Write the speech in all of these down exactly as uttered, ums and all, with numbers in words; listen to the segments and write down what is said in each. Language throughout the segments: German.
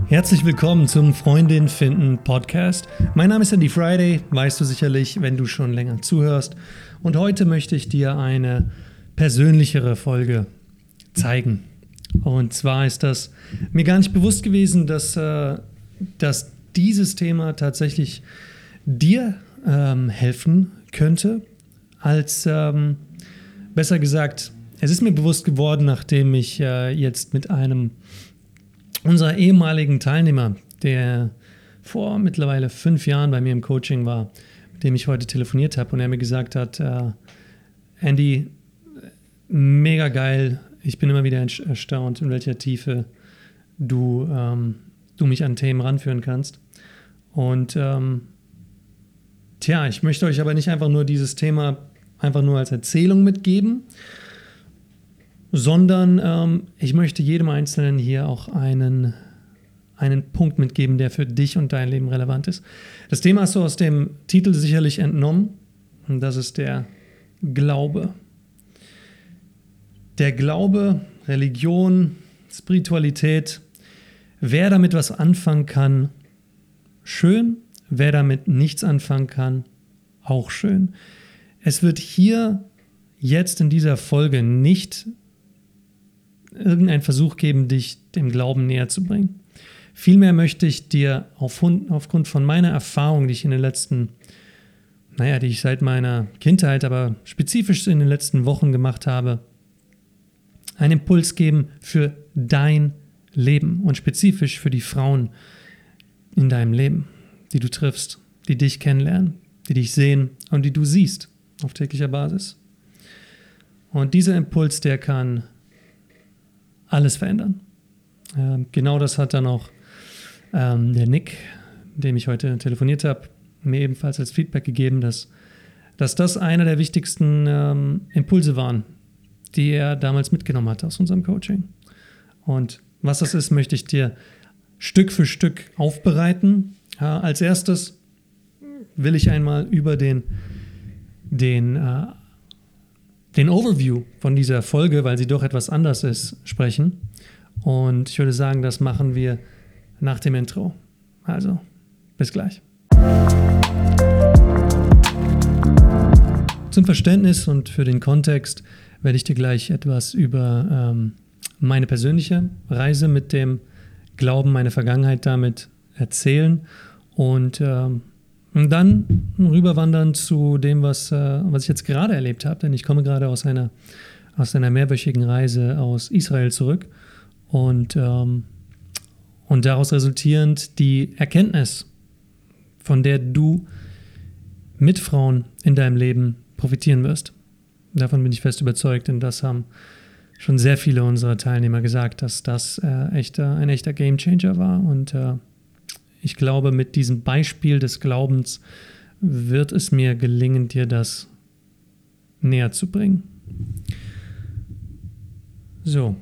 Herzlich willkommen zum Freundin finden Podcast. Mein Name ist Andy Friday, weißt du sicherlich, wenn du schon länger zuhörst. Und heute möchte ich dir eine persönlichere Folge zeigen. Und zwar ist das mir gar nicht bewusst gewesen, dass, äh, dass dieses Thema tatsächlich dir ähm, helfen könnte, als ähm, besser gesagt, es ist mir bewusst geworden, nachdem ich äh, jetzt mit einem unserer ehemaligen Teilnehmer, der vor mittlerweile fünf Jahren bei mir im Coaching war, mit dem ich heute telefoniert habe und er mir gesagt hat, äh, Andy, mega geil, ich bin immer wieder erstaunt, in welcher Tiefe du, ähm, du mich an Themen ranführen kannst. Und ähm, tja, ich möchte euch aber nicht einfach nur dieses Thema einfach nur als Erzählung mitgeben, sondern ähm, ich möchte jedem Einzelnen hier auch einen, einen Punkt mitgeben, der für dich und dein Leben relevant ist. Das Thema hast du aus dem Titel sicherlich entnommen, und das ist der Glaube. Der Glaube, Religion, Spiritualität, wer damit was anfangen kann, schön, wer damit nichts anfangen kann, auch schön. Es wird hier jetzt in dieser Folge nicht irgendeinen Versuch geben, dich dem Glauben näher zu bringen. Vielmehr möchte ich dir auf, aufgrund von meiner Erfahrung, die ich in den letzten, naja, die ich seit meiner Kindheit, aber spezifisch in den letzten Wochen gemacht habe, einen Impuls geben für dein Leben und spezifisch für die Frauen in deinem Leben, die du triffst, die dich kennenlernen, die dich sehen und die du siehst auf täglicher Basis. Und dieser Impuls, der kann alles verändern. Ähm, genau das hat dann auch ähm, der Nick, mit dem ich heute telefoniert habe, mir ebenfalls als Feedback gegeben, dass, dass das einer der wichtigsten ähm, Impulse waren, die er damals mitgenommen hat aus unserem Coaching. Und was das ist, möchte ich dir Stück für Stück aufbereiten. Äh, als erstes will ich einmal über den, den äh, den Overview von dieser Folge, weil sie doch etwas anders ist, sprechen. Und ich würde sagen, das machen wir nach dem Intro. Also, bis gleich. Zum Verständnis und für den Kontext werde ich dir gleich etwas über ähm, meine persönliche Reise mit dem Glauben, meine Vergangenheit damit erzählen und ähm, Und dann rüberwandern zu dem, was, äh, was ich jetzt gerade erlebt habe, denn ich komme gerade aus einer, aus einer mehrwöchigen Reise aus Israel zurück und, ähm, und daraus resultierend die Erkenntnis, von der du mit Frauen in deinem Leben profitieren wirst. Davon bin ich fest überzeugt, denn das haben schon sehr viele unserer Teilnehmer gesagt, dass das äh, echter, ein echter Gamechanger war und äh, ich glaube, mit diesem Beispiel des Glaubens wird es mir gelingen, dir das näher zu bringen. So.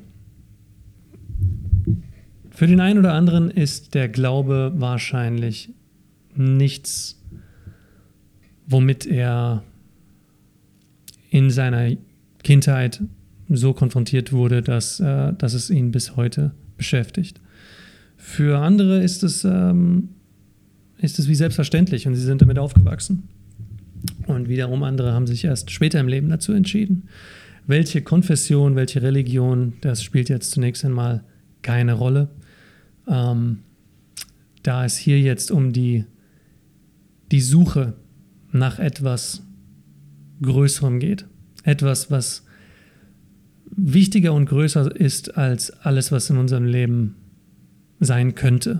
Für den einen oder anderen ist der Glaube wahrscheinlich nichts, womit er in seiner Kindheit so konfrontiert wurde, dass, äh, dass es ihn bis heute beschäftigt. Für andere ist es, ähm, ist es wie selbstverständlich und sie sind damit aufgewachsen. Und wiederum andere haben sich erst später im Leben dazu entschieden. Welche Konfession, welche Religion, das spielt jetzt zunächst einmal keine Rolle. Ähm, da es hier jetzt um die, die Suche nach etwas Größerem geht. Etwas, was wichtiger und größer ist als alles, was in unserem Leben sein könnte.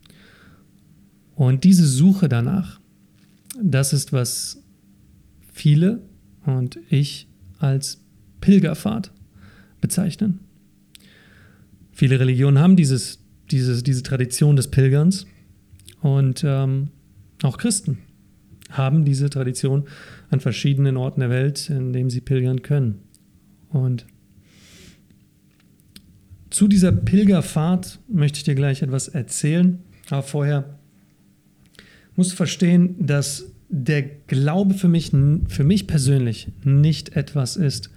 Und diese Suche danach, das ist, was viele und ich als Pilgerfahrt bezeichnen. Viele Religionen haben dieses, dieses, diese Tradition des Pilgerns und ähm, auch Christen haben diese Tradition an verschiedenen Orten der Welt, in denen sie pilgern können. Und zu dieser Pilgerfahrt möchte ich dir gleich etwas erzählen, aber vorher musst du verstehen, dass der Glaube für mich, für mich persönlich nicht etwas ist,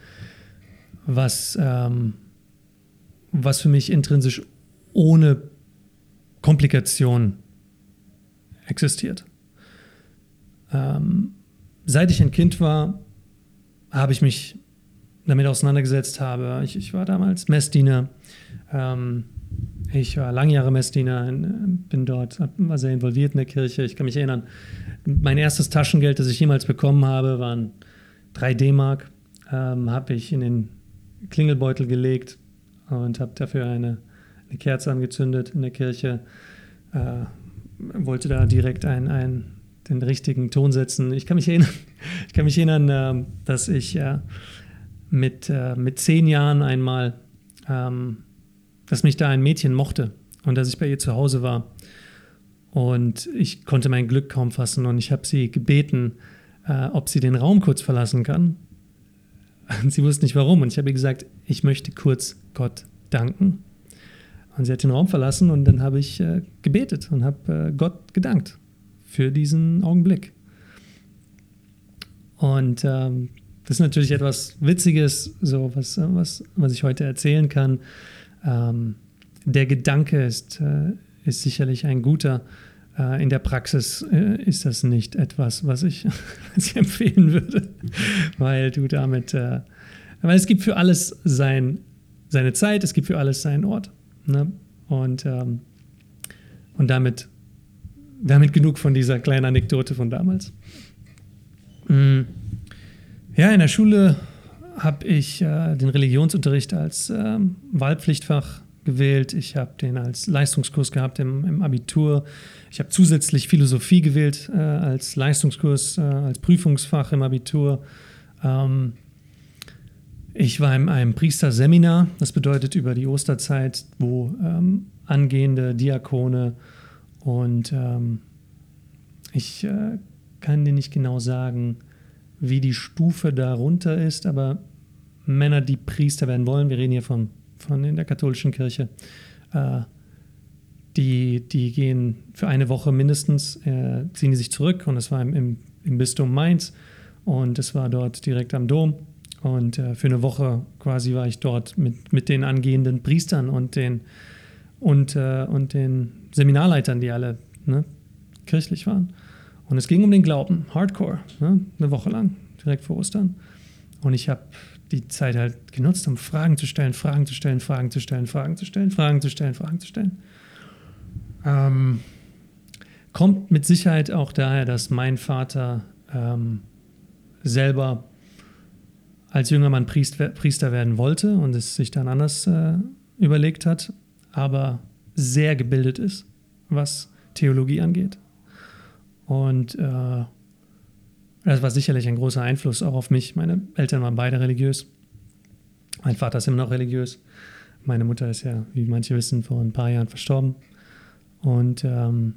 was, ähm, was für mich intrinsisch ohne Komplikation existiert. Ähm, seit ich ein Kind war, habe ich mich damit auseinandergesetzt. Habe. Ich, ich war damals Messdiener. Ähm, ich war lange Jahre Messdiener, bin dort, war sehr involviert in der Kirche. Ich kann mich erinnern, mein erstes Taschengeld, das ich jemals bekommen habe, waren drei D-Mark. Ähm, habe ich in den Klingelbeutel gelegt und habe dafür eine, eine Kerze angezündet in der Kirche. Äh, wollte da direkt ein, ein, den richtigen Ton setzen. Ich kann mich erinnern, ich kann mich erinnern äh, dass ich äh, mit, äh, mit zehn Jahren einmal, ähm, dass mich da ein Mädchen mochte und dass ich bei ihr zu Hause war. Und ich konnte mein Glück kaum fassen und ich habe sie gebeten, äh, ob sie den Raum kurz verlassen kann. Und sie wusste nicht warum. Und ich habe ihr gesagt, ich möchte kurz Gott danken. Und sie hat den Raum verlassen und dann habe ich äh, gebetet und habe äh, Gott gedankt für diesen Augenblick. Und ähm, das ist natürlich etwas Witziges, so was, was, was ich heute erzählen kann. Ähm, der Gedanke ist, äh, ist sicherlich ein guter. Äh, in der Praxis äh, ist das nicht etwas, was ich, was ich empfehlen würde, weil du damit, äh, weil es gibt für alles sein, seine Zeit, es gibt für alles seinen Ort. Ne? Und, ähm, und damit, damit genug von dieser kleinen Anekdote von damals. Mhm. Ja, in der Schule habe ich äh, den Religionsunterricht als ähm, Wahlpflichtfach gewählt. Ich habe den als Leistungskurs gehabt im, im Abitur. Ich habe zusätzlich Philosophie gewählt äh, als Leistungskurs, äh, als Prüfungsfach im Abitur. Ähm, ich war in einem Priesterseminar, das bedeutet über die Osterzeit, wo ähm, angehende Diakone und ähm, ich äh, kann dir nicht genau sagen, wie die Stufe darunter ist, aber Männer, die Priester werden wollen, wir reden hier von, von in der katholischen Kirche, äh, die, die gehen für eine Woche mindestens, äh, ziehen die sich zurück und das war im, im, im Bistum Mainz und es war dort direkt am Dom und äh, für eine Woche quasi war ich dort mit, mit den angehenden Priestern und den, und, äh, und den Seminarleitern, die alle ne, kirchlich waren. Und es ging um den Glauben, Hardcore, ne? Eine Woche lang, direkt vor Ostern. Und ich habe die Zeit halt genutzt, um Fragen zu stellen, Fragen zu stellen, Fragen zu stellen, Fragen zu stellen, Fragen zu stellen, Fragen zu stellen. Ähm, kommt mit Sicherheit auch daher, dass mein Vater ähm, selber als junger Mann Priester, Priester werden wollte und es sich dann anders äh, überlegt hat, aber sehr gebildet ist, was Theologie angeht. Und äh, das war sicherlich ein großer Einfluss auch auf mich. Meine Eltern waren beide religiös. Mein Vater ist immer noch religiös. Meine Mutter ist ja, wie manche wissen, vor ein paar Jahren verstorben. Und ähm,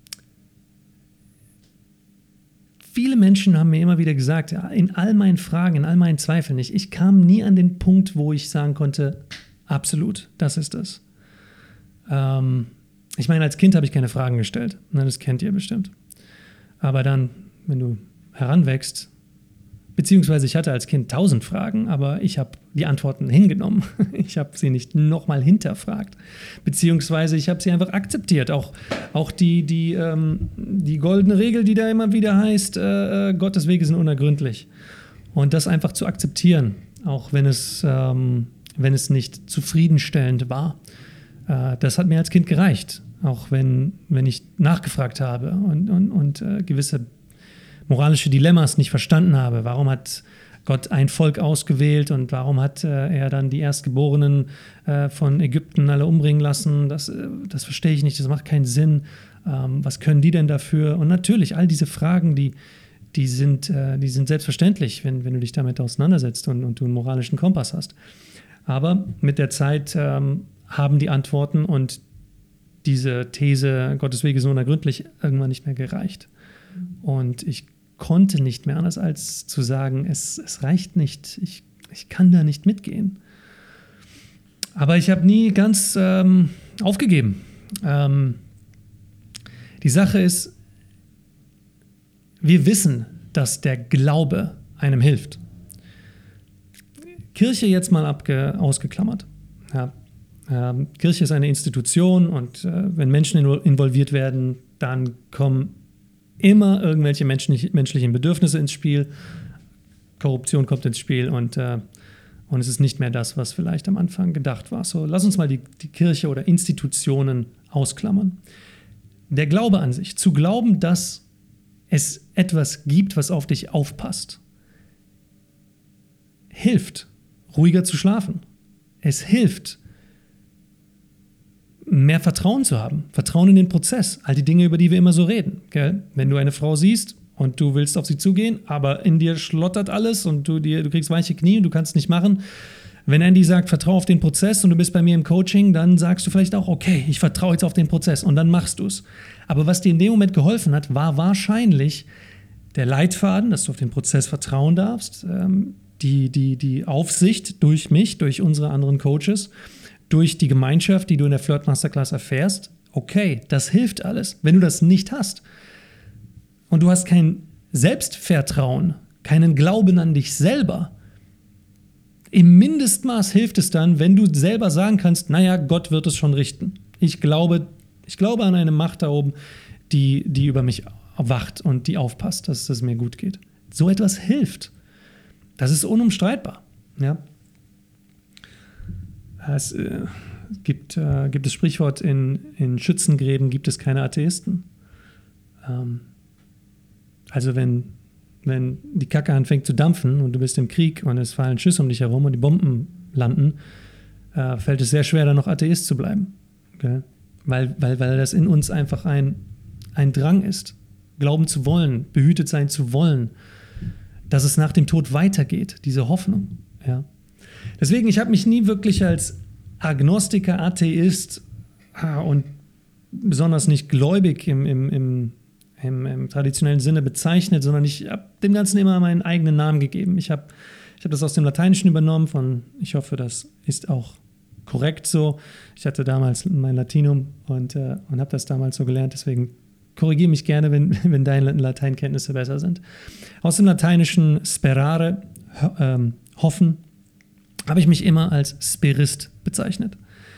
viele Menschen haben mir immer wieder gesagt, ja, in all meinen Fragen, in all meinen Zweifeln, ich, ich kam nie an den Punkt, wo ich sagen konnte, absolut, das ist es. Ähm, ich meine, als Kind habe ich keine Fragen gestellt. Na, das kennt ihr bestimmt. Aber dann, wenn du heranwächst, beziehungsweise ich hatte als Kind tausend Fragen, aber ich habe die Antworten hingenommen. Ich habe sie nicht nochmal hinterfragt. Beziehungsweise ich habe sie einfach akzeptiert. Auch, auch die, die, ähm, die goldene Regel, die da immer wieder heißt, äh, Gottes Wege sind unergründlich. Und das einfach zu akzeptieren, auch wenn es, ähm, wenn es nicht zufriedenstellend war, äh, das hat mir als Kind gereicht. Auch wenn, wenn ich nachgefragt habe und, und, und äh, gewisse moralische Dilemmas nicht verstanden habe. Warum hat Gott ein Volk ausgewählt und warum hat äh, er dann die Erstgeborenen äh, von Ägypten alle umbringen lassen? Das, äh, das verstehe ich nicht, das macht keinen Sinn. Ähm, was können die denn dafür? Und natürlich, all diese Fragen, die, die, sind, äh, die sind selbstverständlich, wenn, wenn du dich damit auseinandersetzt und, und du einen moralischen Kompass hast. Aber mit der Zeit ähm, haben die Antworten und diese These, Gottes Wege sind unergründlich, irgendwann nicht mehr gereicht. Und ich konnte nicht mehr anders als zu sagen, es, es reicht nicht, ich, ich kann da nicht mitgehen. Aber ich habe nie ganz ähm, aufgegeben. Ähm, die Sache ist, wir wissen, dass der Glaube einem hilft. Kirche jetzt mal abge, ausgeklammert. Ja. Ähm, Kirche ist eine Institution und äh, wenn Menschen invo- involviert werden, dann kommen immer irgendwelche menschlich, menschlichen Bedürfnisse ins Spiel. Korruption kommt ins Spiel und, äh, und es ist nicht mehr das, was vielleicht am Anfang gedacht war. So, lass uns mal die, die Kirche oder Institutionen ausklammern. Der Glaube an sich, zu glauben, dass es etwas gibt, was auf dich aufpasst, hilft, ruhiger zu schlafen. Es hilft, mehr Vertrauen zu haben. Vertrauen in den Prozess. All die Dinge, über die wir immer so reden. Gell? Wenn du eine Frau siehst und du willst auf sie zugehen, aber in dir schlottert alles und du, dir, du kriegst weiche Knie und du kannst nicht machen. Wenn Andy sagt, vertraue auf den Prozess und du bist bei mir im Coaching, dann sagst du vielleicht auch, okay, ich vertraue jetzt auf den Prozess und dann machst du es. Aber was dir in dem Moment geholfen hat, war wahrscheinlich der Leitfaden, dass du auf den Prozess vertrauen darfst, ähm, die, die, die Aufsicht durch mich, durch unsere anderen Coaches, durch die Gemeinschaft, die du in der Flirt Masterclass erfährst. Okay, das hilft alles. Wenn du das nicht hast und du hast kein Selbstvertrauen, keinen Glauben an dich selber, im Mindestmaß hilft es dann, wenn du selber sagen kannst, naja, Gott wird es schon richten. Ich glaube, ich glaube an eine Macht da oben, die, die über mich wacht und die aufpasst, dass es mir gut geht. So etwas hilft. Das ist unumstreitbar. Ja? Es äh, gibt, äh, gibt das Sprichwort, in, in Schützengräben gibt es keine Atheisten. Ähm, also wenn, wenn die Kacke anfängt zu dampfen und du bist im Krieg und es fallen Schüsse um dich herum und die Bomben landen, äh, fällt es sehr schwer, dann noch Atheist zu bleiben. Okay? Weil, weil, weil das in uns einfach ein, ein Drang ist, glauben zu wollen, behütet sein zu wollen, dass es nach dem Tod weitergeht, diese Hoffnung. Ja? Deswegen, ich habe mich nie wirklich als Agnostiker, Atheist ah, und besonders nicht gläubig im, im, im, im, im traditionellen Sinne bezeichnet, sondern ich habe dem Ganzen immer meinen eigenen Namen gegeben. Ich habe ich hab das aus dem Lateinischen übernommen, von, ich hoffe, das ist auch korrekt so. Ich hatte damals mein Latinum und, äh, und habe das damals so gelernt, deswegen korrigiere mich gerne, wenn, wenn deine Lateinkenntnisse besser sind. Aus dem Lateinischen sperare, ho- ähm, hoffen, habe ich mich immer als Sperist bezeichnet.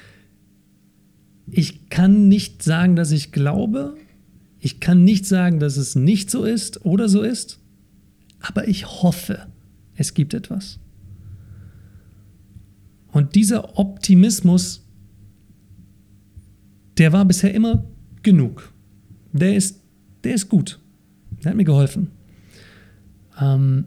Ich kann nicht sagen, dass ich glaube. Ich kann nicht sagen, dass es nicht so ist oder so ist. Aber ich hoffe, es gibt etwas. Und dieser Optimismus, der war bisher immer genug. Der ist, der ist gut. Der hat mir geholfen. Ähm,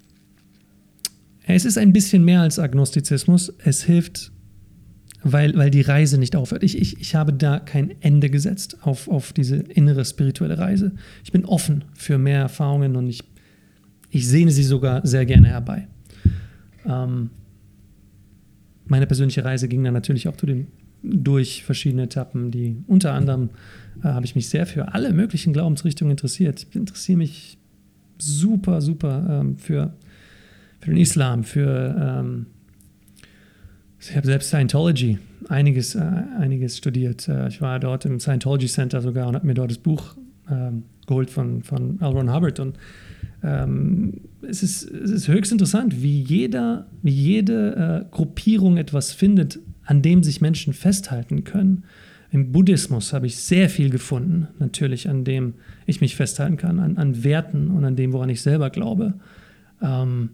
Es ist ein bisschen mehr als Agnostizismus. Es hilft, weil, weil die Reise nicht aufhört. Ich, ich, ich habe da kein Ende gesetzt auf, auf diese innere spirituelle Reise. Ich bin offen für mehr Erfahrungen und ich, ich sehne sie sogar sehr gerne herbei. Ähm, meine persönliche Reise ging dann natürlich auch den, durch verschiedene Etappen, die unter anderem äh, habe ich mich sehr für alle möglichen Glaubensrichtungen interessiert. Ich interessiere mich super, super ähm, für für den Islam, für ähm, ich habe selbst Scientology einiges, äh, einiges studiert. Äh, ich war dort im Scientology Center sogar und habe mir dort das Buch ähm, geholt von, von L. Ron Hubbard. Und ähm, es, ist, es ist höchst interessant, wie, jeder, wie jede äh, Gruppierung etwas findet, an dem sich Menschen festhalten können. Im Buddhismus habe ich sehr viel gefunden, natürlich, an dem ich mich festhalten kann, an, an Werten und an dem, woran ich selber glaube. Ähm,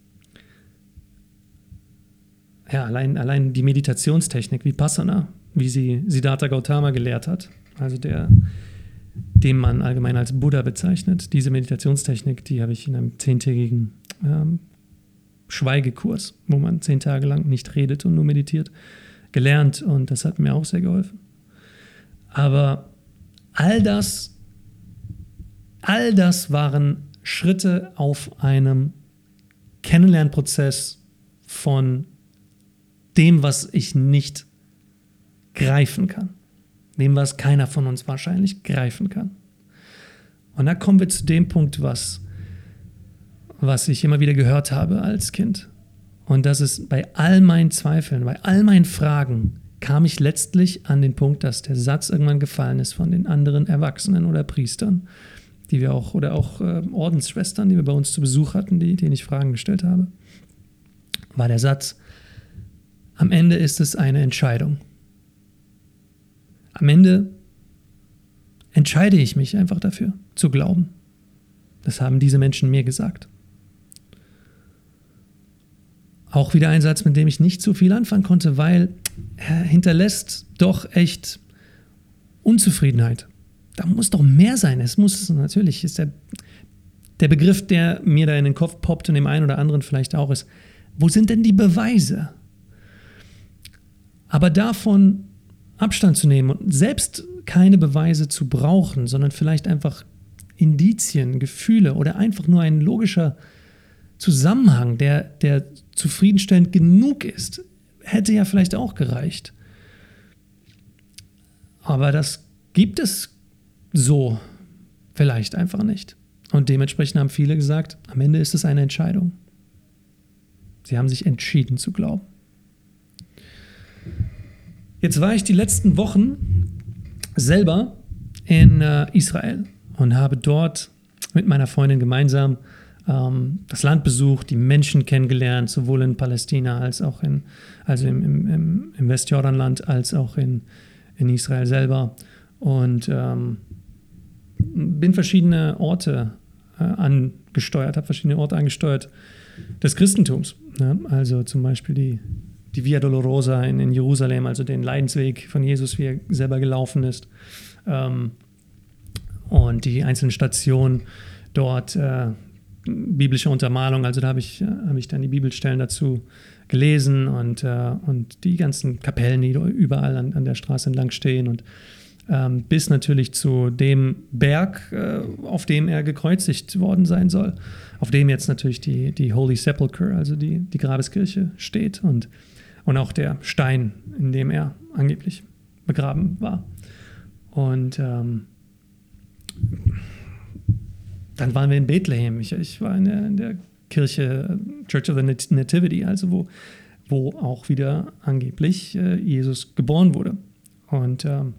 Ja, allein, allein die Meditationstechnik, Vipassana, wie sie Siddhartha Gautama gelehrt hat, also der, den man allgemein als Buddha bezeichnet. Diese Meditationstechnik, die habe ich in einem zehntägigen ähm, Schweigekurs, wo man zehn Tage lang nicht redet und nur meditiert, gelernt und das hat mir auch sehr geholfen. Aber all das, all das waren Schritte auf einem Kennenlernprozess von dem, was ich nicht greifen kann. Dem, was keiner von uns wahrscheinlich greifen kann. Und da kommen wir zu dem Punkt, was, was ich immer wieder gehört habe als Kind. Und das ist, bei all meinen Zweifeln, bei all meinen Fragen, kam ich letztlich an den Punkt, dass der Satz irgendwann gefallen ist von den anderen Erwachsenen oder Priestern, die wir auch, oder auch äh, Ordensschwestern, die wir bei uns zu Besuch hatten, die, denen ich Fragen gestellt habe, war der Satz: Am Ende ist es eine Entscheidung. am Ende entscheide ich mich einfach dafür, zu glauben. Das haben diese Menschen mir gesagt. Auch wieder ein Satz, mit dem ich nicht so viel anfangen konnte, weil er hinterlässt doch echt Unzufriedenheit. Da muss doch mehr sein. Es muss, natürlich ist der, der Begriff, der mir da in den Kopf poppt und dem einen oder anderen vielleicht auch ist, wo sind denn die Beweise? Aber davon Abstand zu nehmen und selbst keine Beweise zu brauchen, sondern vielleicht einfach Indizien, Gefühle oder einfach nur ein logischer Zusammenhang, der, der zufriedenstellend genug ist, hätte ja vielleicht auch gereicht. Aber das gibt es so vielleicht einfach nicht. Und dementsprechend haben viele gesagt, am Ende ist es eine Entscheidung. Sie haben sich entschieden zu glauben. Jetzt war ich die letzten Wochen selber in äh, Israel und habe dort mit meiner Freundin gemeinsam ähm, das Land besucht, die Menschen kennengelernt, sowohl in Palästina als auch in, also im, im, im Westjordanland als auch in, in Israel selber. Und ähm, bin verschiedene Orte äh, angesteuert, habe verschiedene Orte angesteuert des Christentums. Ne? Also zum Beispiel die, die Via Dolorosa in, in Jerusalem, also den Leidensweg von Jesus, wie er selber gelaufen ist. Ähm, und die einzelnen Stationen dort, äh, biblische Untermalung, also da habe ich, äh, hab ich dann die Bibelstellen dazu gelesen und, äh, und die ganzen Kapellen, die überall an, an der Straße entlang stehen und ähm, bis natürlich zu dem Berg, äh, auf dem er gekreuzigt worden sein soll, auf dem jetzt natürlich die, die Holy Sepulchre, also die, die Grabeskirche steht und, und auch der Stein, in dem er angeblich begraben war. Und ähm, dann waren wir in Bethlehem. Ich, ich war in der, in der Kirche Church of the Nativity, also wo, wo auch wieder angeblich äh, Jesus geboren wurde. Und, ähm,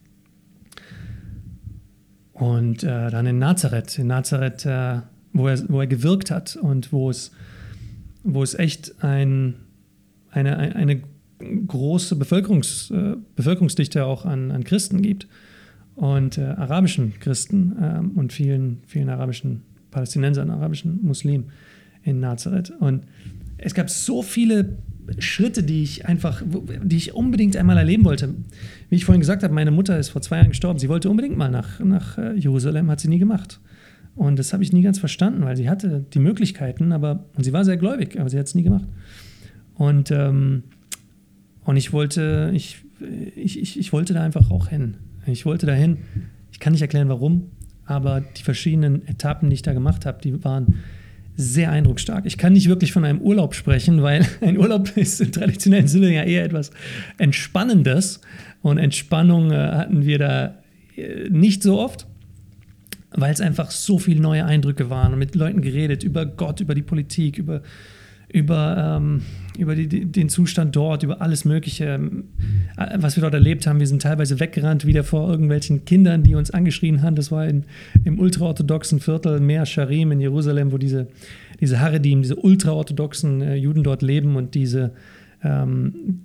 und äh, dann in Nazareth, in Nazareth, äh, wo, er, wo er gewirkt hat und wo es, wo es echt ein, eine, eine große Bevölkerungs, äh, Bevölkerungsdichte auch an, an Christen gibt. Und äh, arabischen Christen ähm, und vielen, vielen arabischen Palästinensern, arabischen Muslimen in Nazareth. Und es gab so viele Schritte, die ich einfach, die ich unbedingt einmal erleben wollte. Wie ich vorhin gesagt habe, meine Mutter ist vor zwei Jahren gestorben. Sie wollte unbedingt mal nach, nach Jerusalem, hat sie nie gemacht. Und das habe ich nie ganz verstanden, weil sie hatte die Möglichkeiten, aber, und sie war sehr gläubig, aber sie hat es nie gemacht. Und, ähm, und ich wollte, ich, ich, ich, ich wollte da einfach auch hin. Ich wollte dahin, ich kann nicht erklären, warum, aber die verschiedenen Etappen, die ich da gemacht habe, die waren sehr eindrucksstark. Ich kann nicht wirklich von einem Urlaub sprechen, weil ein Urlaub ist im traditionellen Sinne ja eher etwas Entspannendes und Entspannung äh, hatten wir da äh, nicht so oft, weil es einfach so viele neue Eindrücke waren und mit Leuten geredet über Gott, über die Politik, über über, ähm, über die, die, den Zustand dort, über alles Mögliche, äh, was wir dort erlebt haben. Wir sind teilweise weggerannt, wieder vor irgendwelchen Kindern, die uns angeschrien haben. Das war in, im ultraorthodoxen Viertel Mea Sharim in Jerusalem, wo diese, diese Haredim, diese ultraorthodoxen äh, Juden dort leben und diese ähm,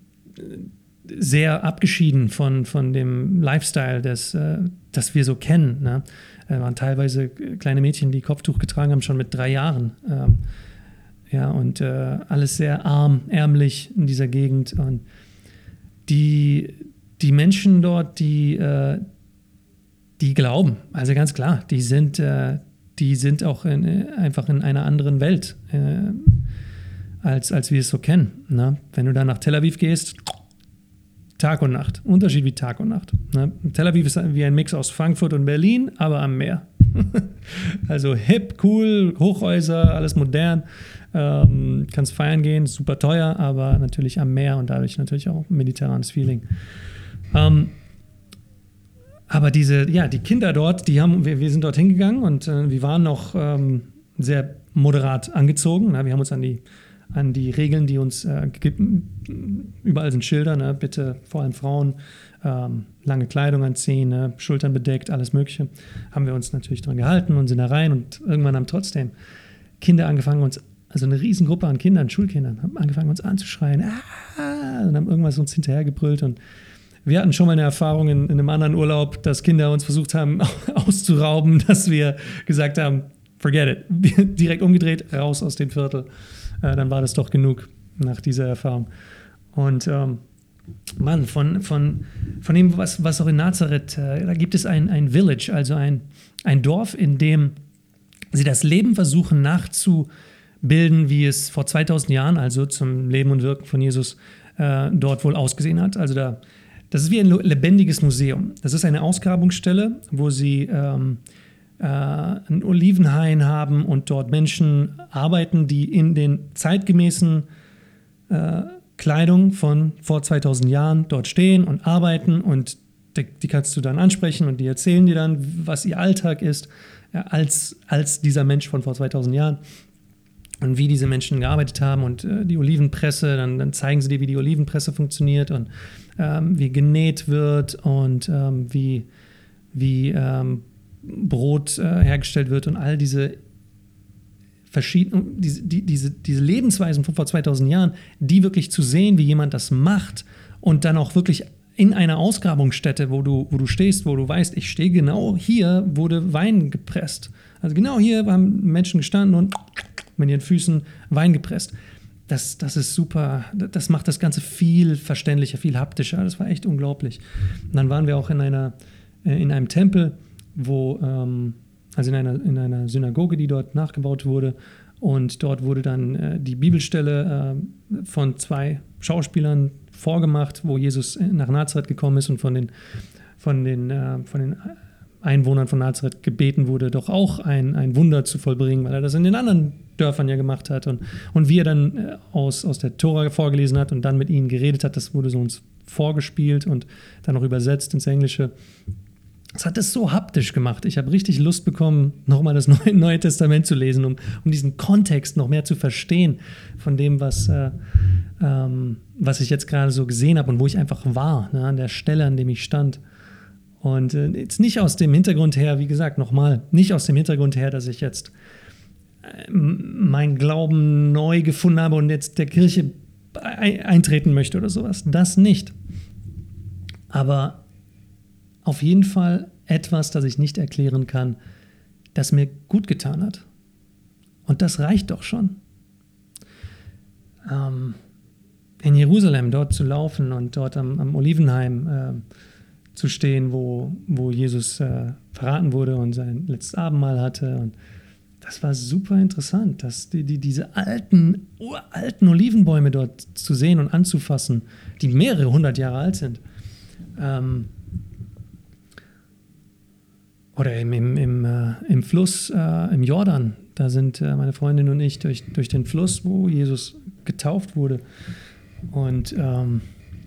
sehr abgeschieden von, von dem Lifestyle, des, äh, das wir so kennen. Ne? Da waren teilweise kleine Mädchen, die Kopftuch getragen haben, schon mit drei Jahren. Ähm, Ja, und äh, alles sehr arm, ärmlich in dieser Gegend. Und die, die Menschen dort, die, äh, die glauben, also ganz klar, die sind, äh, die sind auch in, einfach in einer anderen Welt, äh, als, als wir es so kennen. Ne? Wenn du dann nach Tel Aviv gehst, Tag und Nacht, Unterschied wie Tag und Nacht. Ne? Tel Aviv ist wie ein Mix aus Frankfurt und Berlin, aber am Meer. Also hip, cool, Hochhäuser, alles modern. Ähm, kannst feiern gehen, super teuer, aber natürlich am Meer und dadurch natürlich auch ein mediterranes Feeling. Ähm, aber diese, ja, die Kinder dort, die haben, wir, wir sind dort hingegangen und äh, wir waren noch ähm, sehr moderat angezogen. Ne? Wir haben uns an die, an die Regeln, die uns äh, gegeben, überall sind Schilder, ne? Bitte vor allem Frauen ähm, lange Kleidung anziehen, ne? Schultern bedeckt, alles Mögliche. Haben wir uns natürlich dran gehalten und sind da rein und irgendwann haben trotzdem Kinder angefangen, uns Also eine Riesengruppe an Kindern, Schulkindern, haben angefangen, uns anzuschreien, ah, und haben irgendwas uns hinterhergebrüllt. Und wir hatten schon mal eine Erfahrung in, in einem anderen Urlaub, dass Kinder uns versucht haben auszurauben, dass wir gesagt haben, forget it, wir direkt umgedreht, raus aus dem Viertel. Äh, dann war das doch genug nach dieser Erfahrung. Und ähm, Mann, von, von, von dem, was, was auch in Nazareth, äh, da gibt es ein, ein Village, also ein, ein Dorf, in dem sie das Leben versuchen nachzubilden, wie es vor zweitausend Jahren, also zum Leben und Wirken von Jesus, äh, dort wohl ausgesehen hat. Also da, das ist wie ein lebendiges Museum. Das ist eine Ausgrabungsstelle, wo sie ähm, äh, einen Olivenhain haben und dort Menschen arbeiten, die in den zeitgemäßen äh, Kleidung von vor zweitausend Jahren dort stehen und arbeiten, und die, die kannst du dann ansprechen und die erzählen dir dann, was ihr Alltag ist, ja, als, als dieser Mensch von vor zweitausend Jahren und wie diese Menschen gearbeitet haben, und äh, die Olivenpresse, dann, dann zeigen sie dir, wie die Olivenpresse funktioniert und ähm, wie genäht wird und ähm, wie, wie ähm, Brot äh, hergestellt wird und all diese verschiedene, diese, die, diese, diese Lebensweisen von vor zweitausend Jahren, die wirklich zu sehen, wie jemand das macht, und dann auch wirklich in einer Ausgrabungsstätte, wo du, wo du stehst, wo du weißt, ich stehe genau hier, wurde Wein gepresst. Also genau hier haben Menschen gestanden und mit ihren Füßen Wein gepresst. Das, das ist super, das macht das Ganze viel verständlicher, viel haptischer. Das war echt unglaublich. Und dann waren wir auch in, einer, in einem Tempel, wo ähm, also in einer, in einer Synagoge, die dort nachgebaut wurde. Und dort wurde dann äh, die Bibelstelle äh, von zwei Schauspielern vorgemacht, wo Jesus nach Nazareth gekommen ist und von den, von den, äh, von den Einwohnern von Nazareth gebeten wurde, doch auch ein, ein Wunder zu vollbringen, weil er das in den anderen Dörfern ja gemacht hat. Und, und wie er dann äh, aus, aus der Tora vorgelesen hat und dann mit ihnen geredet hat, das wurde so uns vorgespielt und dann auch übersetzt ins Englische. Das hat es so haptisch gemacht. Ich habe richtig Lust bekommen, nochmal das Neue, Neue Testament zu lesen, um, um diesen Kontext noch mehr zu verstehen von dem, was, äh, ähm, was ich jetzt gerade so gesehen habe und wo ich einfach war, ne, an der Stelle, an dem ich stand. Und äh, jetzt nicht aus dem Hintergrund her, wie gesagt, nochmal, nicht aus dem Hintergrund her, dass ich jetzt äh, meinen Glauben neu gefunden habe und jetzt der Kirche eintreten möchte oder sowas. Das nicht. Aber auf jeden Fall etwas, das ich nicht erklären kann, das mir gut getan hat. Und das reicht doch schon. Ähm, in Jerusalem dort zu laufen und dort am, am Olivenhain äh, zu stehen, wo, wo Jesus äh, verraten wurde und sein letztes Abendmahl hatte. Und das war super interessant, dass die, die, diese alten, uralten Olivenbäume dort zu sehen und anzufassen, die mehrere hundert Jahre alt sind. Ähm, Oder im, im, im, äh, im Fluss, äh, im Jordan, da sind äh, meine Freundin und ich durch, durch den Fluss, wo Jesus getauft wurde. Und ähm,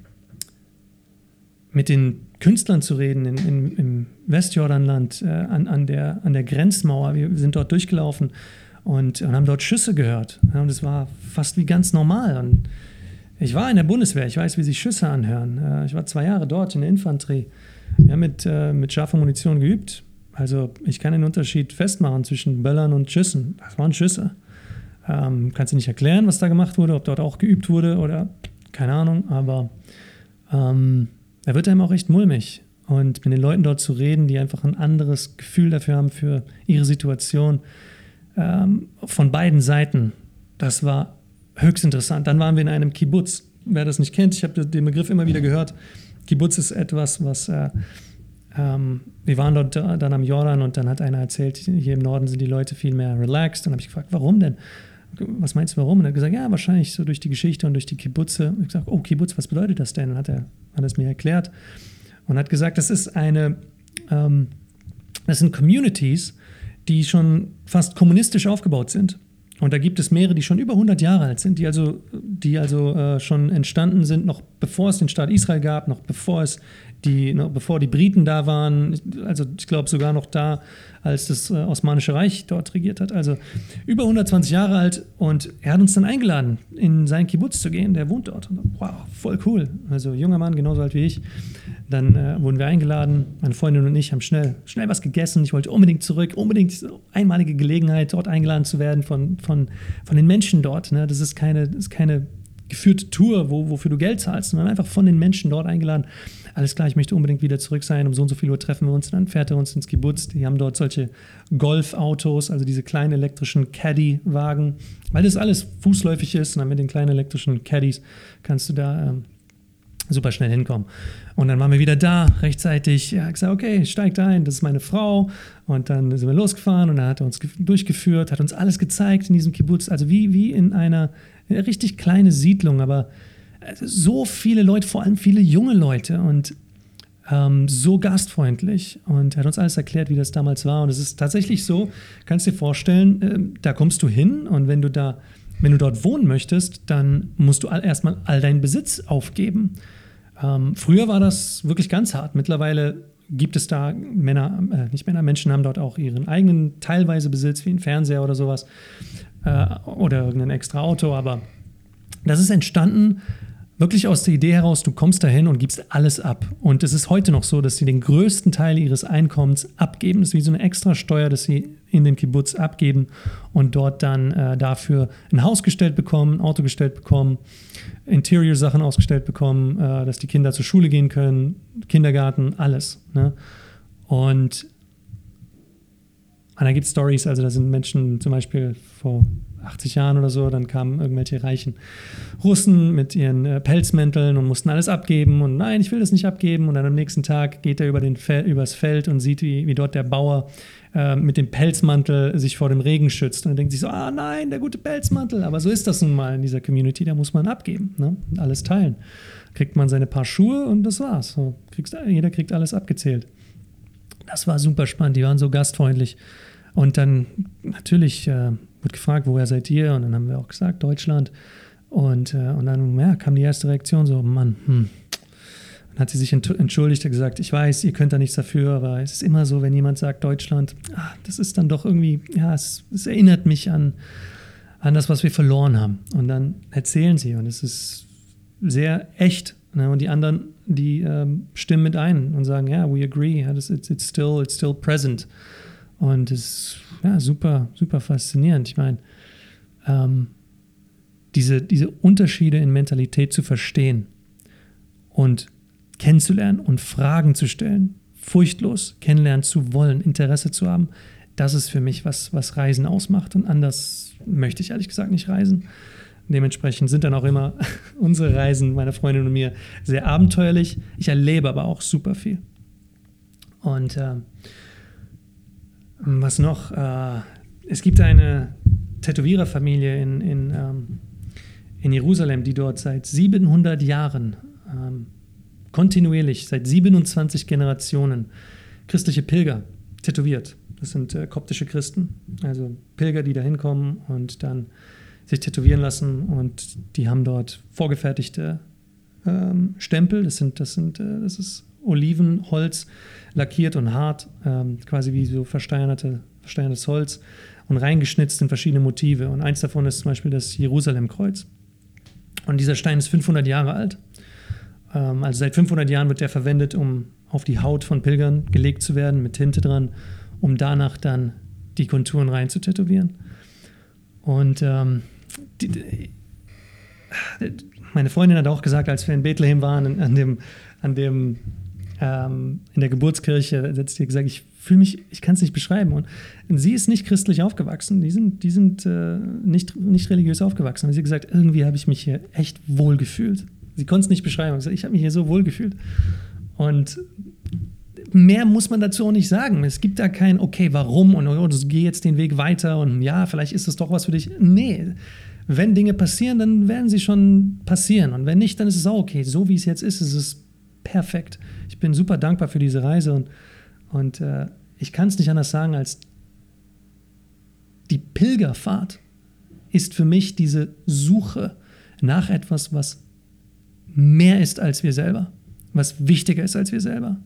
mit den Künstlern zu reden in, in, im Westjordanland, äh, an, an, der, an der Grenzmauer. Wir sind dort durchgelaufen und, und haben dort Schüsse gehört. Ja, und es war fast wie ganz normal. Und ich war in der Bundeswehr, ich weiß, wie sich Schüsse anhören. Äh, ich war zwei Jahre dort in der Infanterie. Wir haben mit, äh, mit scharfer Munition geübt. Also ich kann den Unterschied festmachen zwischen Böllern und Schüssen. Das waren Schüsse. Ähm, kannst du nicht erklären, was da gemacht wurde, ob dort auch geübt wurde oder keine Ahnung, aber ähm, da wird einem auch echt mulmig. Und mit den Leuten dort zu reden, die einfach ein anderes Gefühl dafür haben, für ihre Situation, ähm, von beiden Seiten, das war höchst interessant. Dann waren wir in einem Kibbutz. Wer das nicht kennt, ich habe den Begriff immer wieder gehört. Kibbutz ist etwas, was... Äh, Ähm, wir waren dort dann am Jordan und dann hat einer erzählt, hier im Norden sind die Leute viel mehr relaxed. Und dann habe ich gefragt, warum denn? Was meinst du, warum? Und er hat gesagt, ja, wahrscheinlich so durch die Geschichte und durch die Kibbutze. Und ich habe gesagt, oh, Kibbutz, was bedeutet das denn? Und hat er hat es mir erklärt und hat gesagt, das ist eine, ähm, das sind Communities, die schon fast kommunistisch aufgebaut sind. Und da gibt es mehrere, die schon über hundert Jahre alt sind, die also, die also äh, schon entstanden sind, noch bevor es den Staat Israel gab, noch bevor es die, noch bevor die Briten da waren, also ich glaube sogar noch da, als das äh, Osmanische Reich dort regiert hat. Also über hundertzwanzig Jahre alt, und er hat uns dann eingeladen, in seinen Kibbutz zu gehen, der wohnt dort. Und, wow, voll cool. Also junger Mann, genauso alt wie ich. Dann äh, wurden wir eingeladen, meine Freundin und ich haben schnell, schnell was gegessen. Ich wollte unbedingt zurück, unbedingt so einmalige Gelegenheit, dort eingeladen zu werden von, von, von den Menschen dort. Ne? Das ist keine, das ist keine geführte Tour, wo, wofür du Geld zahlst, sondern einfach von den Menschen dort eingeladen. Alles klar, ich möchte unbedingt wieder zurück sein, um so und so viel Uhr treffen wir uns. Und dann fährt er uns ins Kibbutz. Die haben dort solche Golfautos, also diese kleinen elektrischen Caddy-Wagen, weil das alles fußläufig ist. Und dann mit den kleinen elektrischen Caddies kannst du da ähm, super schnell hinkommen. Und dann waren wir wieder da, rechtzeitig. Ja, ich gesagt, okay, steigt ein, das ist meine Frau. Und dann sind wir losgefahren und dann hat er uns durchgeführt, hat uns alles gezeigt in diesem Kibbutz. Also wie, wie in einer richtig kleine Siedlung, aber so viele Leute, vor allem viele junge Leute und ähm, so gastfreundlich. Und er hat uns alles erklärt, wie das damals war. Und es ist tatsächlich so, kannst dir vorstellen, äh, da kommst du hin und wenn du da, wenn du dort wohnen möchtest, dann musst du all, erstmal all deinen Besitz aufgeben. Ähm, früher war das wirklich ganz hart. Mittlerweile gibt es da Männer, äh, nicht Männer, Menschen haben dort auch ihren eigenen teilweise Besitz, wie ein Fernseher oder sowas äh, oder irgendein extra Auto. Aber das ist entstanden wirklich aus der Idee heraus, du kommst dahin und gibst alles ab. Und es ist heute noch so, dass sie den größten Teil ihres Einkommens abgeben. Das ist wie so eine extra Steuer, dass sie in den Kibbutz abgeben und dort dann äh, dafür ein Haus gestellt bekommen, ein Auto gestellt bekommen, Interior-Sachen ausgestellt bekommen, äh, dass die Kinder zur Schule gehen können, Kindergarten, alles. Ne? Und, und da gibt es Storys, also da sind Menschen zum Beispiel vor achtzig Jahren oder so, dann kamen irgendwelche reichen Russen mit ihren äh, Pelzmänteln und mussten alles abgeben und nein, ich will das nicht abgeben und dann am nächsten Tag geht er über den Fe- übers Feld und sieht, wie, wie dort der Bauer äh, mit dem Pelzmantel sich vor dem Regen schützt und er denkt sich so, ah nein, der gute Pelzmantel, aber so ist das nun mal in dieser Community, da muss man abgeben, ne? Alles teilen. Kriegt man seine paar Schuhe und das war's. So, kriegst, jeder kriegt alles abgezählt. Das war super spannend, die waren so gastfreundlich und dann natürlich äh, wird gefragt, woher seid ihr? Und dann haben wir auch gesagt, Deutschland. Und, äh, und dann ja, kam die erste Reaktion so, Mann, hm. Dann hat sie sich entschuldigt und gesagt, ich weiß, ihr könnt da nichts dafür, aber es ist immer so, wenn jemand sagt Deutschland, ah, das ist dann doch irgendwie, ja, es, es erinnert mich an, an das, was wir verloren haben. Und dann erzählen sie und es ist sehr echt. Ne? Und die anderen, die ähm, stimmen mit ein und sagen, ja, we agree, it's, it's, still, it's still present. Und es ist ja, super, super faszinierend. Ich meine, ähm, diese, diese Unterschiede in Mentalität zu verstehen und kennenzulernen und Fragen zu stellen, furchtlos kennenlernen zu wollen, Interesse zu haben, das ist für mich, was, was Reisen ausmacht. Und anders möchte ich ehrlich gesagt nicht reisen. Dementsprechend sind dann auch immer unsere Reisen, meine Freundin und mir, sehr abenteuerlich. Ich erlebe aber auch super viel. Und äh, was noch? Äh, es gibt eine Tätowiererfamilie in, in, ähm, in Jerusalem, die dort seit siebenhundert Jahren ähm, kontinuierlich, seit siebenundzwanzig Generationen christliche Pilger tätowiert. Das sind äh, koptische Christen, also Pilger, die da hinkommen und dann sich tätowieren lassen und die haben dort vorgefertigte ähm, Stempel. Das sind, das sind, äh, das ist Olivenholz, lackiert und hart, ähm, quasi wie so versteinerte, versteinertes Holz und reingeschnitzt in verschiedene Motive. Und eins davon ist zum Beispiel das Jerusalemkreuz. Und dieser Stein ist fünfhundert Jahre alt. Ähm, also seit fünfhundert Jahren wird der verwendet, um auf die Haut von Pilgern gelegt zu werden, mit Tinte dran, um danach dann die Konturen rein zu tätowieren. Und ähm, die, die, meine Freundin hat auch gesagt, als wir in Bethlehem waren, an dem, an dem ähm, in der Geburtskirche, hat sie gesagt, ich fühle mich, ich kann es nicht beschreiben. Und, und sie ist nicht christlich aufgewachsen, die sind, die sind äh, nicht, nicht religiös aufgewachsen. Und sie hat gesagt, irgendwie habe ich mich hier echt wohl gefühlt. Sie konnte es nicht beschreiben, ich habe mich hier so wohl gefühlt. Und mehr muss man dazu auch nicht sagen. Es gibt da kein, okay, warum und oh, geh jetzt den Weg weiter und ja, vielleicht ist es doch was für dich. Nee, wenn Dinge passieren, dann werden sie schon passieren. Und wenn nicht, dann ist es auch okay. So wie es jetzt ist, ist es perfekt. Ich bin super dankbar für diese Reise und, und äh, ich kann es nicht anders sagen, als die Pilgerfahrt ist für mich diese Suche nach etwas, was mehr ist als wir selber, was wichtiger ist als wir selber.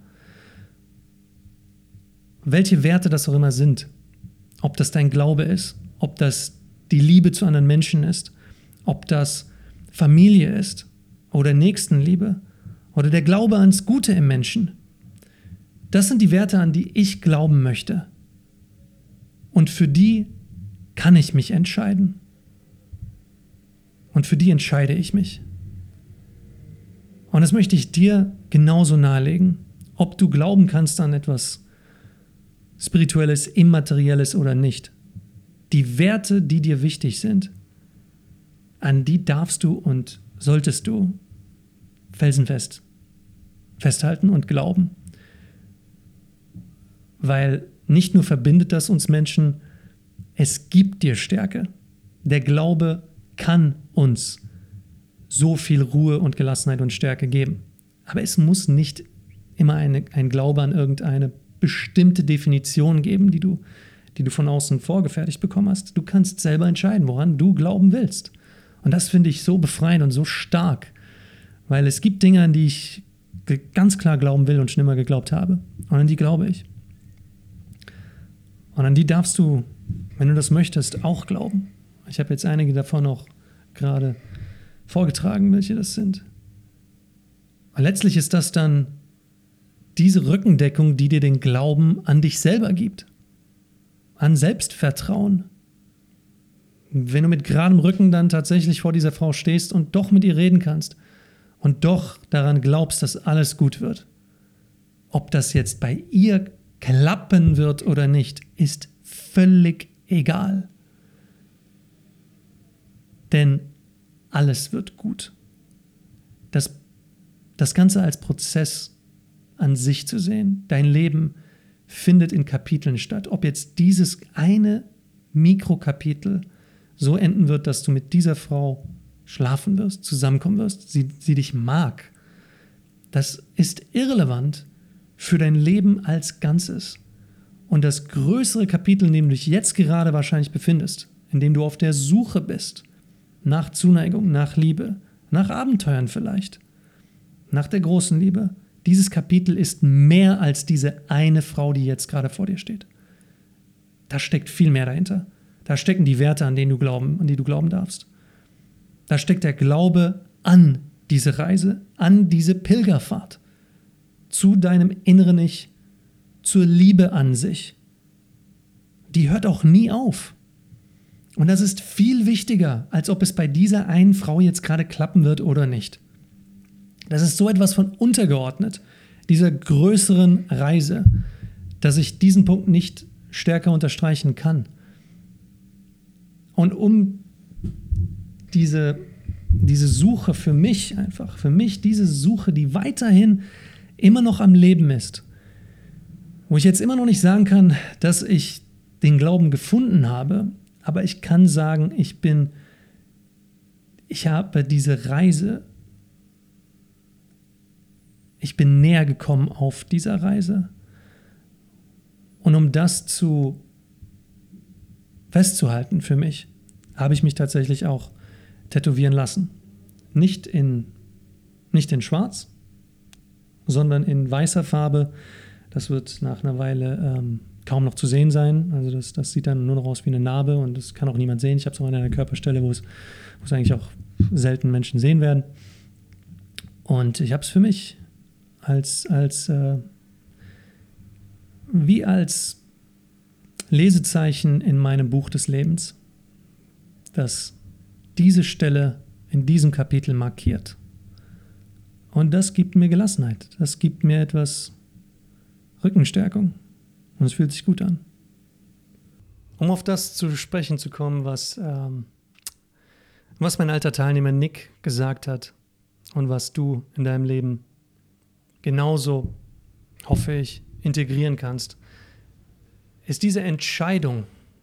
Welche Werte das auch immer sind, ob das dein Glaube ist, ob das die Liebe zu anderen Menschen ist, ob das Familie ist oder Nächstenliebe oder der Glaube ans Gute im Menschen. Das sind die Werte, an die ich glauben möchte. Und für die kann ich mich entscheiden. Und für die entscheide ich mich. Und das möchte ich dir genauso nahelegen, ob du glauben kannst an etwas Spirituelles, Immaterielles oder nicht. Die Werte, die dir wichtig sind, an die darfst du und solltest du felsenfest festhalten und glauben. Weil nicht nur verbindet das uns Menschen, es gibt dir Stärke. Der Glaube kann uns so viel Ruhe und Gelassenheit und Stärke geben. Aber es muss nicht immer eine, ein Glaube an irgendeine bestimmte Definition geben, die du, die du von außen vorgefertigt bekommen hast. Du kannst selber entscheiden, woran du glauben willst. Und das finde ich so befreiend und so stark, weil es gibt Dinge, an die ich ganz klar glauben will und schon immer geglaubt habe. Und an die glaube ich. Und an die darfst du, wenn du das möchtest, auch glauben. Ich habe jetzt einige davon auch gerade vorgetragen, welche das sind. Und letztlich ist das dann diese Rückendeckung, die dir den Glauben an dich selber gibt. An Selbstvertrauen. Wenn du mit geradem Rücken dann tatsächlich vor dieser Frau stehst und doch mit ihr reden kannst und doch daran glaubst, dass alles gut wird. Ob das jetzt bei ihr klappen wird oder nicht, ist völlig egal. Denn alles wird gut. Das, das Ganze als Prozess an sich zu sehen. Dein Leben findet in Kapiteln statt. Ob jetzt dieses eine Mikrokapitel so enden wird, dass du mit dieser Frau schlafen wirst, zusammenkommen wirst, sie, sie dich mag, das ist irrelevant für dein Leben als Ganzes. Und das größere Kapitel, in dem du dich jetzt gerade wahrscheinlich befindest, in dem du auf der Suche bist, nach Zuneigung, nach Liebe, nach Abenteuern vielleicht, nach der großen Liebe, dieses Kapitel ist mehr als diese eine Frau, die jetzt gerade vor dir steht. Da steckt viel mehr dahinter. Da stecken die Werte, an denen du glauben, an die du glauben darfst. Da steckt der Glaube an diese Reise, an diese Pilgerfahrt, zu deinem inneren Ich, zur Liebe an sich. Die hört auch nie auf. Und das ist viel wichtiger, als ob es bei dieser einen Frau jetzt gerade klappen wird oder nicht. Das ist so etwas von untergeordnet, dieser größeren Reise, dass ich diesen Punkt nicht stärker unterstreichen kann. Und um diese, diese Suche für mich einfach, für mich diese Suche, die weiterhin immer noch am Leben ist, wo ich jetzt immer noch nicht sagen kann, dass ich den Glauben gefunden habe, aber ich kann sagen, ich bin, ich habe diese Reise, ich bin näher gekommen auf dieser Reise. Und um das zu festzuhalten für mich, habe ich mich tatsächlich auch tätowieren lassen. Nicht in, nicht in schwarz, sondern in weißer Farbe. Das wird nach einer Weile ähm, kaum noch zu sehen sein. Also das, das sieht dann nur noch aus wie eine Narbe und das kann auch niemand sehen. Ich habe es auch an einer Körperstelle, wo es, wo es eigentlich auch selten Menschen sehen werden. Und ich habe es für mich als, als äh, wie als Lesezeichen in meinem Buch des Lebens, das diese Stelle in diesem Kapitel markiert. Und das gibt mir Gelassenheit. Das gibt mir etwas Rückenstärkung. Und es fühlt sich gut an. Um auf das zu sprechen zu kommen, was, ähm, was mein alter Teilnehmer Nick gesagt hat und was du in deinem Leben genauso, hoffe ich, integrieren kannst, ist diese Entscheidung,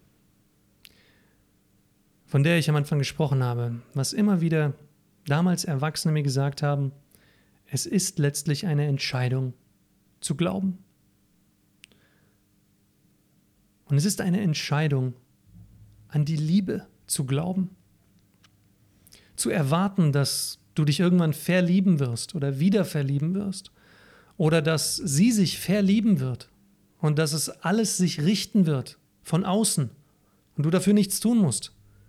von der ich am Anfang gesprochen habe, was immer wieder damals Erwachsene mir gesagt haben, es ist letztlich eine Entscheidung zu glauben. Und es ist eine Entscheidung, an die Liebe zu glauben. Zu erwarten, dass du dich irgendwann verlieben wirst oder wieder verlieben wirst. Oder dass sie sich verlieben wird und dass es alles sich richten wird von außen und du dafür nichts tun musst,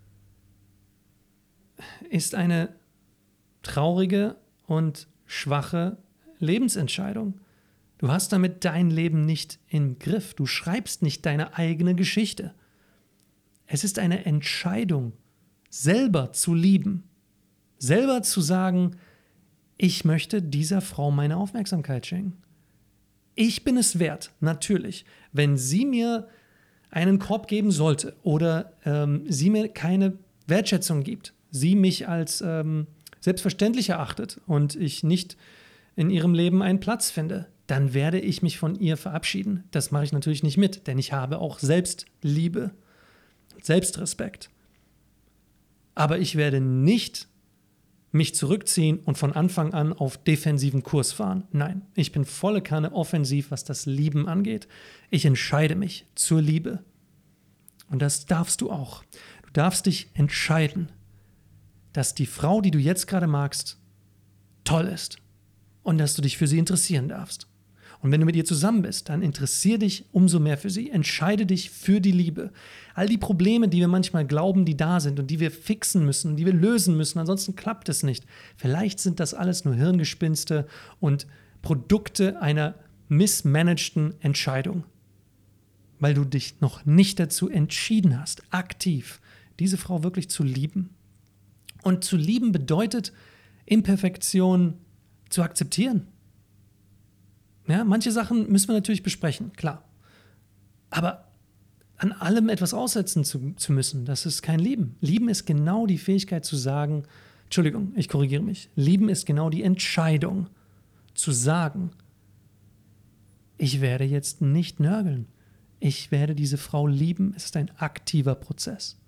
ist eine traurige und schwache Lebensentscheidung. Du hast damit dein Leben nicht im Griff. Du schreibst nicht deine eigene Geschichte. Es ist eine Entscheidung, selber zu lieben, Selber zu sagen, ich möchte dieser Frau meine Aufmerksamkeit schenken. Ich bin es wert, natürlich. Wenn sie mir einen Korb geben sollte oder ähm, sie mir keine Wertschätzung gibt, sie mich als ähm, selbstverständlich erachtet und ich nicht in ihrem Leben einen Platz finde, dann werde ich mich von ihr verabschieden. Das mache ich natürlich nicht mit, denn ich habe auch Selbstliebe, Selbstrespekt. Aber ich werde nicht mich zurückziehen und von Anfang an auf defensiven Kurs fahren. Nein, ich bin volle Kanne offensiv, was das Lieben angeht. Ich entscheide mich zur Liebe. Und das darfst du auch. Du darfst dich entscheiden, dass die Frau, die du jetzt gerade magst, toll ist und dass du dich für sie interessieren darfst. Und wenn du mit ihr zusammen bist, dann interessiere dich umso mehr für sie. Entscheide dich für die Liebe. All die Probleme, die wir manchmal glauben, die da sind und die wir fixen müssen, die wir lösen müssen, ansonsten klappt es nicht. Vielleicht sind das alles nur Hirngespinste und Produkte einer missmanagten Entscheidung, weil du dich noch nicht dazu entschieden hast, aktiv diese Frau wirklich zu lieben. Und zu lieben bedeutet, Imperfektion zu akzeptieren. Ja, manche Sachen müssen wir natürlich besprechen, klar. Aber an allem etwas aussetzen zu, zu müssen, das ist kein Lieben. Lieben ist genau die Fähigkeit zu sagen, Entschuldigung, ich korrigiere mich. Lieben ist genau die Entscheidung zu sagen, ich werde jetzt nicht nörgeln. Ich werde diese Frau lieben. Es ist ein aktiver Prozess.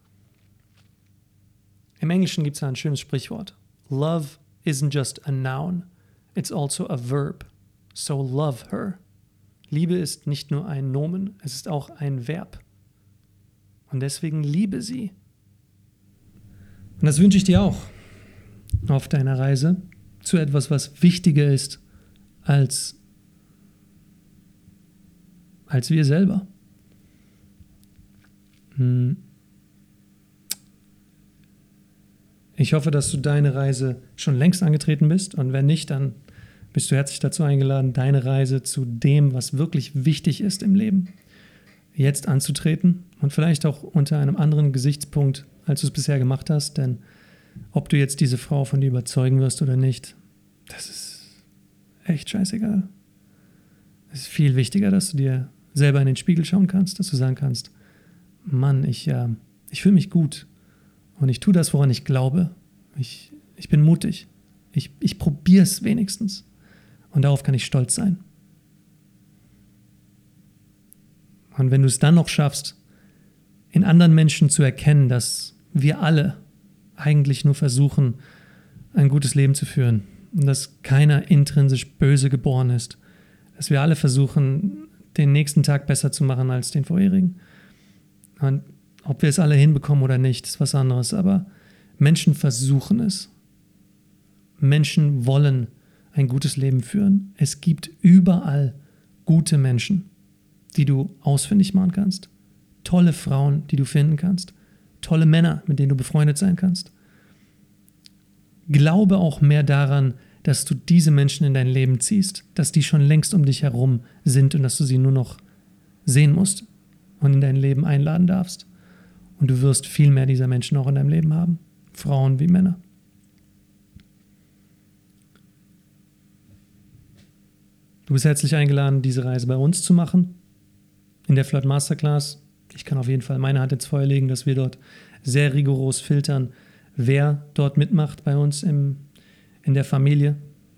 Im Englischen gibt es ein schönes Sprichwort. Love isn't just a noun, it's also a verb. So love her. Liebe ist nicht nur ein Nomen, es ist auch ein Verb. Und deswegen liebe sie. Und das wünsche ich dir auch auf deiner Reise zu etwas, was wichtiger ist als, als wir selber. Ich hoffe, dass du deine Reise schon längst angetreten bist. Und wenn nicht, dann bist du herzlich dazu eingeladen, deine Reise zu dem, was wirklich wichtig ist im Leben, jetzt anzutreten und vielleicht auch unter einem anderen Gesichtspunkt, als du es bisher gemacht hast. Denn ob du jetzt diese Frau von dir überzeugen wirst oder nicht, das ist echt scheißegal. Es ist viel wichtiger, dass du dir selber in den Spiegel schauen kannst, dass du sagen kannst, Mann, ich, äh, ich fühle mich gut und ich tue das, woran ich glaube. Ich, ich bin mutig. Ich, ich probiere es wenigstens. Und darauf kann ich stolz sein. Und wenn du es dann noch schaffst, in anderen Menschen zu erkennen, dass wir alle eigentlich nur versuchen, ein gutes Leben zu führen und dass keiner intrinsisch böse geboren ist, dass wir alle versuchen, den nächsten Tag besser zu machen als den vorherigen. Und ob wir es alle hinbekommen oder nicht, ist was anderes, aber Menschen versuchen es. Menschen wollen ein gutes Leben führen. Es gibt überall gute Menschen, die du ausfindig machen kannst. Tolle Frauen, die du finden kannst. Tolle Männer, mit denen du befreundet sein kannst. Glaube auch mehr daran, dass du diese Menschen in dein Leben ziehst, dass die schon längst um dich herum sind und dass du sie nur noch sehen musst und in dein Leben einladen darfst. Und du wirst viel mehr dieser Menschen auch in deinem Leben haben. Frauen wie Männer. Du bist herzlich eingeladen, diese Reise bei uns zu machen, in der Flirt Masterclass. Ich kann auf jeden Fall meine Hand ins Feuer legen, dass wir dort sehr rigoros filtern, wer dort mitmacht bei uns im, in der Familie.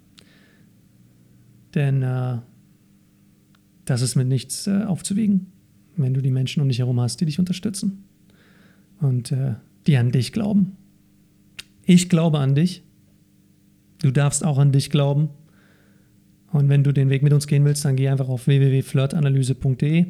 Denn äh, das ist mit nichts äh, aufzuwiegen, wenn du die Menschen um dich herum hast, die dich unterstützen und äh, die an dich glauben. Ich glaube an dich. Du darfst auch an dich glauben. Und wenn du den Weg mit uns gehen willst, dann geh einfach auf w w w punkt flirtanalyse punkt d e.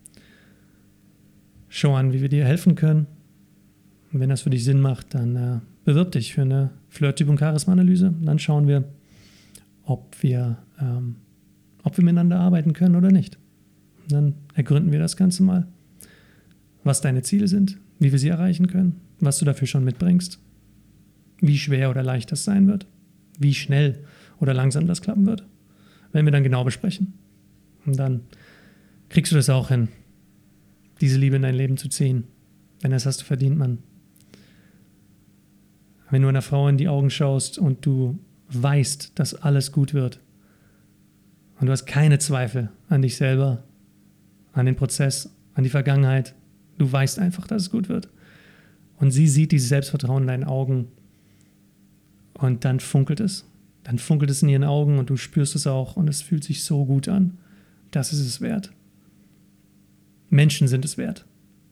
Schau an, wie wir dir helfen können. Und wenn das für dich Sinn macht, dann äh, bewirb dich für eine Flirt-Typ- und Charisma-Analyse. Dann schauen wir, ob wir, ähm, ob wir miteinander arbeiten können oder nicht. Und dann ergründen wir das Ganze mal, was deine Ziele sind, wie wir sie erreichen können, was du dafür schon mitbringst, wie schwer oder leicht das sein wird, wie schnell oder langsam das klappen wird. Werden wir dann genau besprechen. Und dann kriegst du das auch hin, diese Liebe in dein Leben zu ziehen. Denn das hast du verdient, Mann. Wenn du einer Frau in die Augen schaust und du weißt, dass alles gut wird und du hast keine Zweifel an dich selber, an den Prozess, an die Vergangenheit, du weißt einfach, dass es gut wird. Und sie sieht dieses Selbstvertrauen in deinen Augen und dann funkelt es. Dann funkelt es in ihren Augen und du spürst es auch und es fühlt sich so gut an. Das ist es wert. Menschen sind es wert.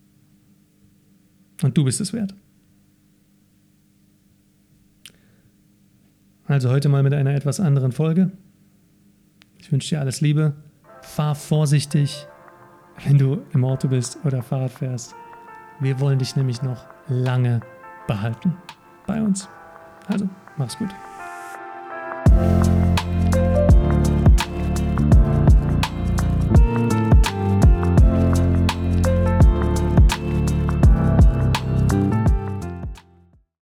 Und du bist es wert. Also heute mal mit einer etwas anderen Folge. Ich wünsche dir alles Liebe. Fahr vorsichtig, wenn du im Auto bist oder Fahrrad fährst. Wir wollen dich nämlich noch lange behalten bei uns. Also, mach's gut.